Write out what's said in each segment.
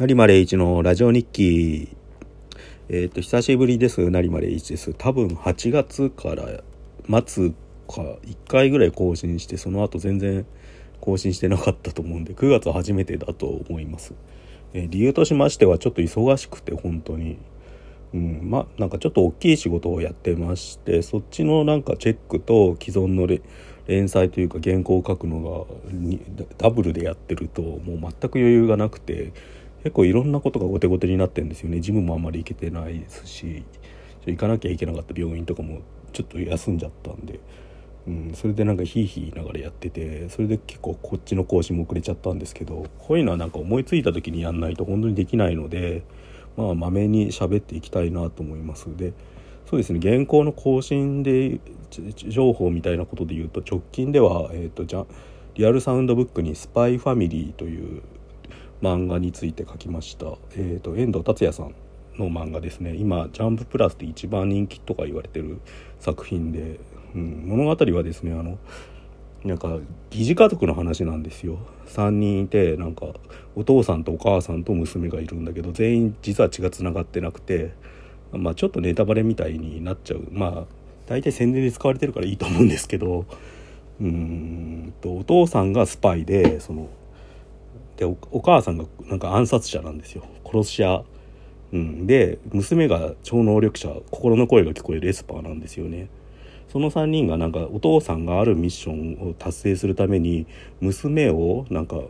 成間礼一のラジオ日記。久しぶりです。成間礼一です。多分8月から末か1回ぐらい更新して、その後全然更新してなかったと思うんで、9月初めてだと思います。理由としましてはちょっと忙しくて本当に、なんかちょっと大きい仕事をやってまして、そっちのなんかチェックと既存の連載というか原稿を書くのがダブルでやってるともう全く余裕がなくて、結構いろんなことが後手後手になってるんですよね。ジムもあんまり行けてないですし、行かなきゃいけなかった病院とかもちょっと休んじゃったんで、それでなんかヒーヒー言いながらやってて、それで結構こっちの更新も遅れちゃったんですけど、こういうのはなんか思いついた時にやんないと本当にできないので、まめに喋っていきたいなと思います。で、そうですね、原稿の更新で情報みたいなことで言うと、直近では、リアルサウンドブックにスパイファミリーという漫画について書きました。遠藤達也さんの漫画ですね。今ジャンププラスで一番人気とか言われてる作品で、物語はですね、なんか疑似家族の話なんですよ。3人いて、なんかお父さんとお母さんと娘がいるんだけど、全員実は血がつながってなくて、ちょっとネタバレみたいになっちゃう。大体宣伝で使われてるからいいと思うんですけど、お父さんがスパイで、で お母さんがなんか暗殺者なんですよ。殺し屋、で娘が超能力者、心の声が聞こえるエスパーなんですよね。その3人がなんかお父さんがあるミッションを達成するために娘をなんか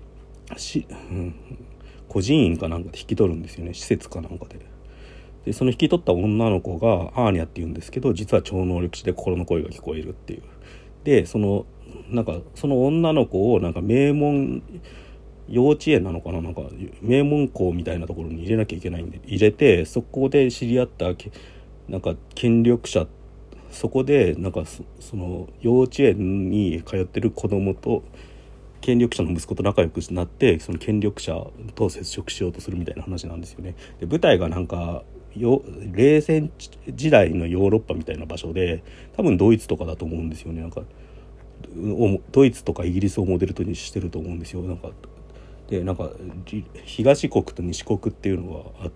孤児院かなんかで引き取るんですよね。施設かなんかで、その引き取った女の子がアーニャっていうんですけど、実は超能力者で心の声が聞こえるっていう。でその女の子をなんか名門幼稚園なのかな、なんか名門校みたいなところに入れなきゃいけないんで入れて、そこで知り合ったなんか権力者、そこでなんかその幼稚園に通ってる子供と権力者の息子と仲良くなって、その権力者と接触しようとするみたいな話なんですよね。で舞台がなんか冷戦時代のヨーロッパみたいな場所で、多分ドイツとかだと思うんですよね。なんかドイツとかイギリスをモデルとにしてると思うんですよ。なんか東国と西国っていうのがあって、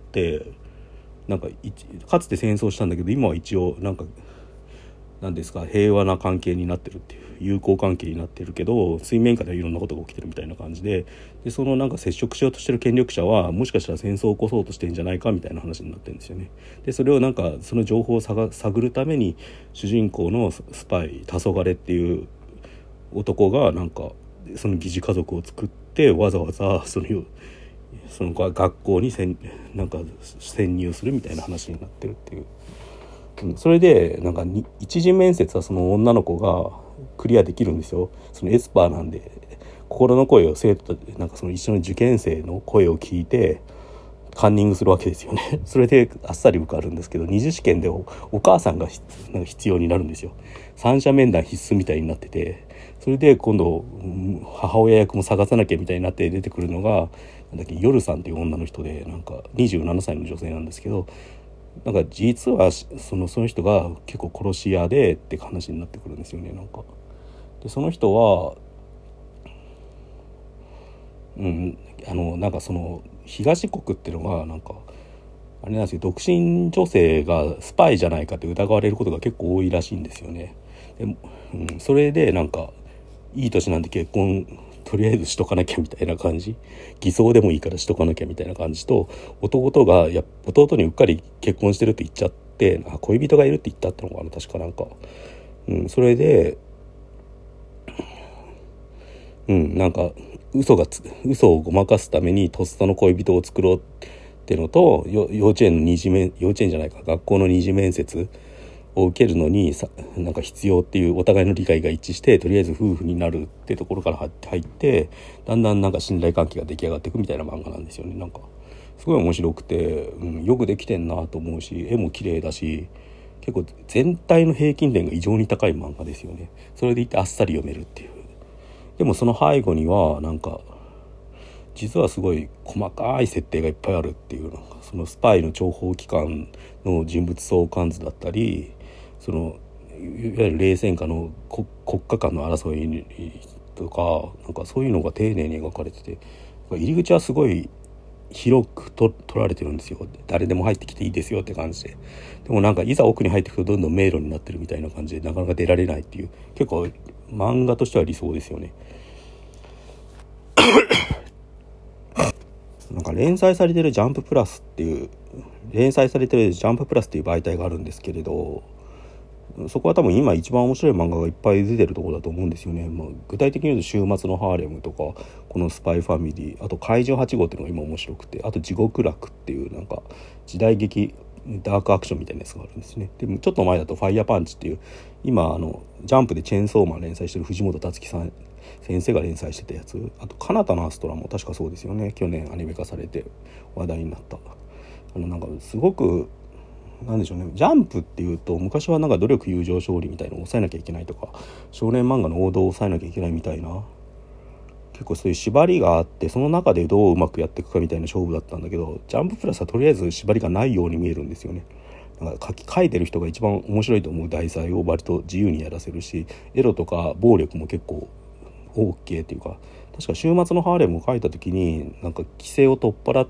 なんかかつて戦争したんだけど、今は一応なんかなんですか、平和な関係になってるっていう、友好関係になってるけど、水面下ではいろんなことが起きてるみたいな感じで、そのなんか接触しようとしてる権力者はもしかしたら戦争を起こそうとしてんじゃないかみたいな話になってるんですよね。でそれをなんかその情報を探るために、主人公のスパイ黄昏っていう男がなんかその疑似家族を作って、わざわざその学校になんか潜入するみたいな話になってるっていう。それでなんか一次面接はその女の子がクリアできるんですよ。そのエスパーなんで、心の声を生徒となんかその一緒の受験生の声を聞いてカンニングするわけですよね。それであっさり受かるんですけど、二次試験でお母さんがなんか必要になるんですよ。三者面談必須みたいになってて、それで今度母親役も探さなきゃみたいになって出てくるのが、なんだっけ、夜さんっていう女の人で、なんか27歳の女性なんですけど、なんか実はその人が結構殺し屋でって話になってくるんですよね。なんかでその人はなんかその東国っていうのがなんかあれなんですよ、独身女性がスパイじゃないかって疑われることが結構多いらしいんですよね。で、それでなんかいい年なんで結婚とりあえずしとかなきゃみたいな感じ、偽装でもいいからしとかなきゃみたいな感じと、弟にうっかり結婚してるって言っちゃって、恋人がいるって言ったってのかな、確かなんか、それでなんか嘘をごまかすためにとっさの恋人を作ろうってのと、幼稚園じゃないか、学校の二次面接を受けるのになんか必要っていうお互いの理解が一致して、とりあえず夫婦になるってところから入って、だんだんなんか信頼関係が出来上がっていくみたいな漫画なんですよね。なんかすごい面白くて、よくできてんなと思うし、絵も綺麗だし、結構全体の平均点が異常に高い漫画ですよね。それでいてあっさり読めるっていう。でもその背後にはなんか実はすごい細かい設定がいっぱいあるっていう、なんかそのスパイの諜報機関の人物相関図だったり、そのいわゆる冷戦下の国家間の争いとか、なんかそういうのが丁寧に描かれてて、入り口はすごい広く取られてるんですよ。誰でも入ってきていいですよって感じで。でもなんかいざ奥に入っていくとどんどん迷路になってるみたいな感じでなかなか出られないっていう、結構漫画としては理想ですよね。なんか連載されてるジャンププラスっていう媒体があるんですけれど、そこは多分今一番面白い漫画がいっぱい出てるところだと思うんですよね。具体的に言うと週末のハーレムとかこのスパイファミリー、あと怪獣8号っていうのが今面白くて、あと地獄楽っていうなんか時代劇ダークアクションみたいなやつがあるんですね。でもちょっと前だとファイヤーパンチっていう今ジャンプでチェーンソーマン連載してる藤本つ樹さん先生が連載してたやつ、あとカナタのアストラも確かそうですよね。去年アニメ化されて話題になった、なんかすごくなんでしょうね、ジャンプっていうと昔はなんか努力友情勝利みたいなのを抑えなきゃいけないとか、少年漫画の王道を抑えなきゃいけないみたいな、結構そういう縛りがあって、その中でどううまくやっていくかみたいな勝負だったんだけど、ジャンププラスはとりあえず縛りがないように見えるんですよね。なんか書いてる人が一番面白いと思う題材を割と自由にやらせるし、エロとか暴力も結構 OK っていうか、確か週末のハーレムを書いた時になんか規制を取っ払った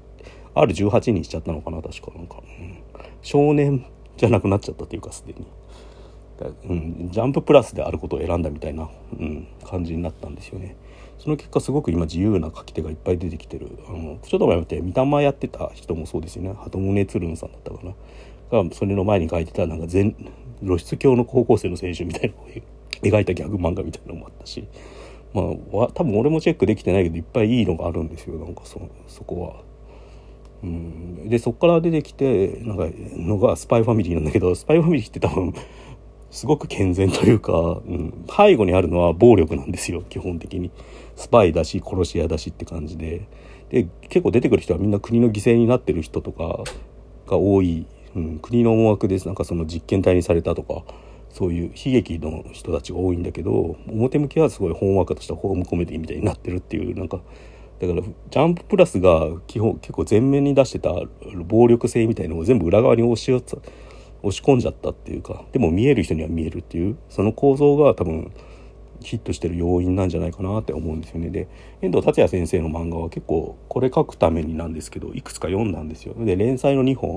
R18 にしちゃったのかな、確かなんか、少年じゃなくなっちゃったっていうか、すでに、ジャンププラスであることを選んだみたいな、感じになったんですよね。その結果すごく今自由な書き手がいっぱい出てきてる。ちょっと前まで三玉やってた人もそうですよね。鳩宗鶴さんだったかながそれの前に書いてたなんか露出狂の高校生の青春みたいなのを描いたギャグ漫画みたいなのもあったし、多分俺もチェックできてないけどいっぱいいいのがあるんですよ。なんかそこは。でそこから出てきてなんかのがスパイファミリーなんだけど、スパイファミリーって多分すごく健全というか、背後にあるのは暴力なんですよ。基本的にスパイだし殺し屋だしって感じで、結構出てくる人はみんな国の犠牲になってる人とかが多い、国の思惑です。なんかその実験体にされたとかそういう悲劇の人たちが多いんだけど、表向きはすごいほんわかとしたホームコメディみたいになってるっていう、なんかだからジャンププラスが結構前面に出してた暴力性みたいなのを全部裏側に押し込んじゃったっていうか、でも見える人には見えるっていうその構造が多分ヒットしてる要因なんじゃないかなって思うんですよね。で遠藤達也先生の漫画は結構これ書くためになんですけどいくつか読んだんですよ。で連載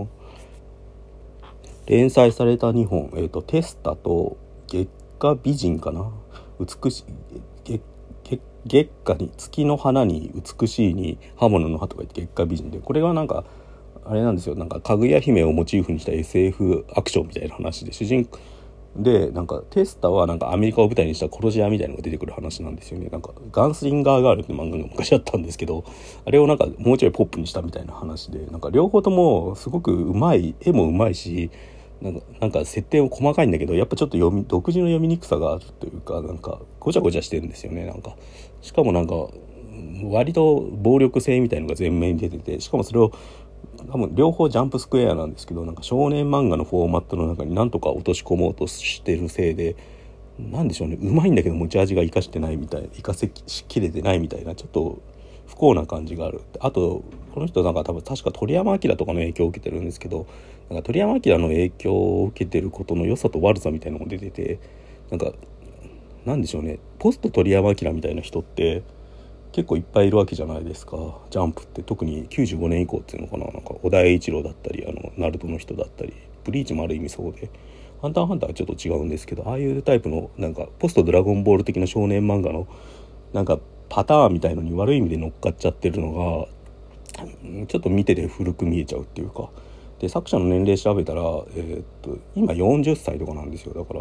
された2本、テスタと月下美人かな、美しい月下に月の花に美しいに刃物の葉とか言って月下美人で、これがなんかあれなんですよ、なんかかぐや姫をモチーフにした SF アクションみたいな話で、主人公でなんかテスタはなんかアメリカを舞台にした殺し屋みたいなのが出てくる話なんですよね。なんかガンスリンガーガールって漫画が昔あったんですけど、あれをなんかもうちょいポップにしたみたいな話で、なんか両方ともすごくうまい、絵もうまいし、なんか設定も細かいんだけど、やっぱちょっと独自の読みにくさがあるというか、なんかごちゃごちゃしてるんですよね。なんかしかもなんか割と暴力性みたいのが前面に出てて、しかもそれを多分両方ジャンプスクエアなんですけど、なんか少年漫画のフォーマットの中になんとか落とし込もうとしてるせいで、なんでしょうね、うまいんだけど持ち味が生かしてないみたいな、生かしきれてないみたいな、ちょっと不幸な感じがある。あとこの人なんか確か鳥山明とかの影響を受けてるんですけど、なんか鳥山明の影響を受けてることの良さと悪さみたいなのも出てて、なんでしょうね、ポスト鳥山明みたいな人って結構いっぱいいるわけじゃないですか。ジャンプって特に95年以降っていうのかな、なんか小田栄一郎だったりナルトの人だったり、ブリーチもある意味そうで、ハンターハンターはちょっと違うんですけど、ああいうタイプのなんかポストドラゴンボール的な少年漫画のなんかパターンみたいのに悪い意味で乗っかっちゃってるのがちょっと見てて古く見えちゃうっていうか。で作者の年齢調べたら、今40歳とかなんですよ。だから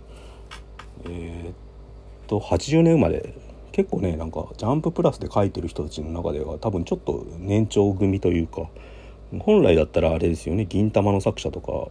80年生まれ、結構ね、なんかジャンププラスで書いてる人たちの中では多分ちょっと年長組というか、本来だったらあれですよね、銀魂の作者とか、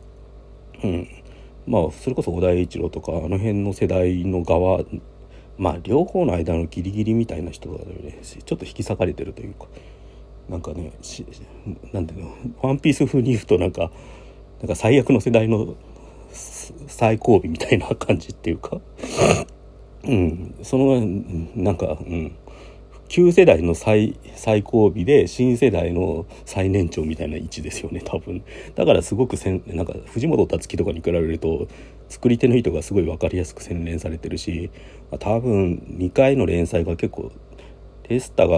それこそ小田栄一郎とかあの辺の世代の側、両方の間のギリギリみたいな人がね、ちょっと引き裂かれてるというか、なんかね、なんていうの、ワンピース風に言うとなんか最悪の世代の最後尾みたいな感じっていうかそのなんか旧世代の最後尾で新世代の最年長みたいな位置ですよね、多分。だからすごくなんか藤本つ樹とかに比べると作り手の意図がすごい分かりやすく洗練されてるし、多分2回の連載が結構テスタが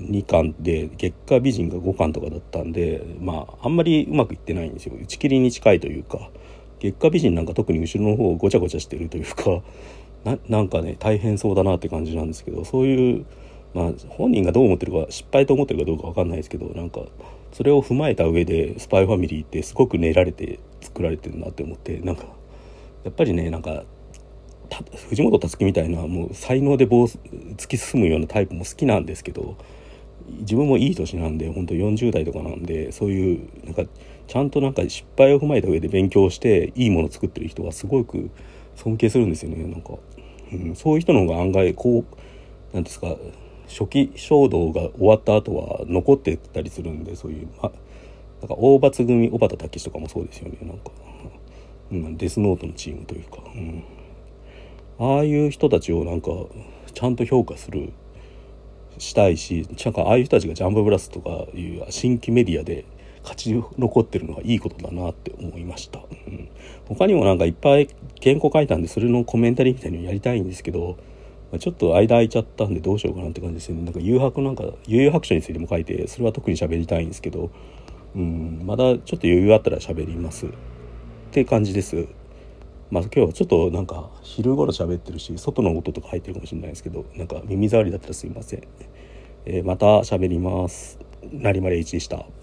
2巻で月下美人が5巻とかだったんで、あんまりうまくいってないんですよ。打ち切りに近いというか、月下美人なんか特に後ろの方ごちゃごちゃしてるというか、なんかね大変そうだなって感じなんですけど、そういう本人がどう思ってるか、失敗と思ってるかどうか分かんないですけど、なんかそれを踏まえた上でスパイファミリーってすごく練られて作られてるなって思って、なんかやっぱりね、なんか藤本タツキみたいなもう才能で突き進むようなタイプも好きなんですけど、自分もいい年なんで本当40代とかなんで、そういうなんかちゃんとなんか失敗を踏まえた上で勉強していいものを作ってる人はすごく尊敬するんですよね。なんか、そういう人の方が案外こうなんですか、初期衝動が終わった後は残ってたりするんで、そういう、なんか大罰組小畑武史とかもそうですよね。なんか、デスノートのチームというか、ああいう人たちをなんかちゃんと評価したいし、なんかああいう人たちがジャンボブラスとかいう新規メディアで勝ち残ってるのはいいことだなって思いました。他にもなんかいっぱい原稿書いたんで、それのコメンタリーみたいにやりたいんですけど、ちょっと間空いちゃったんでどうしようかなって感じですね。なんか悠々白書についても書いて、それは特に喋りたいんですけど、まだちょっと余裕あったら喋りますって感じです。今日はちょっとなんか昼頃喋ってるし、外の音とか入ってるかもしれないですけど、なんか耳障りだったらすいません。また喋ります。成丸一でした。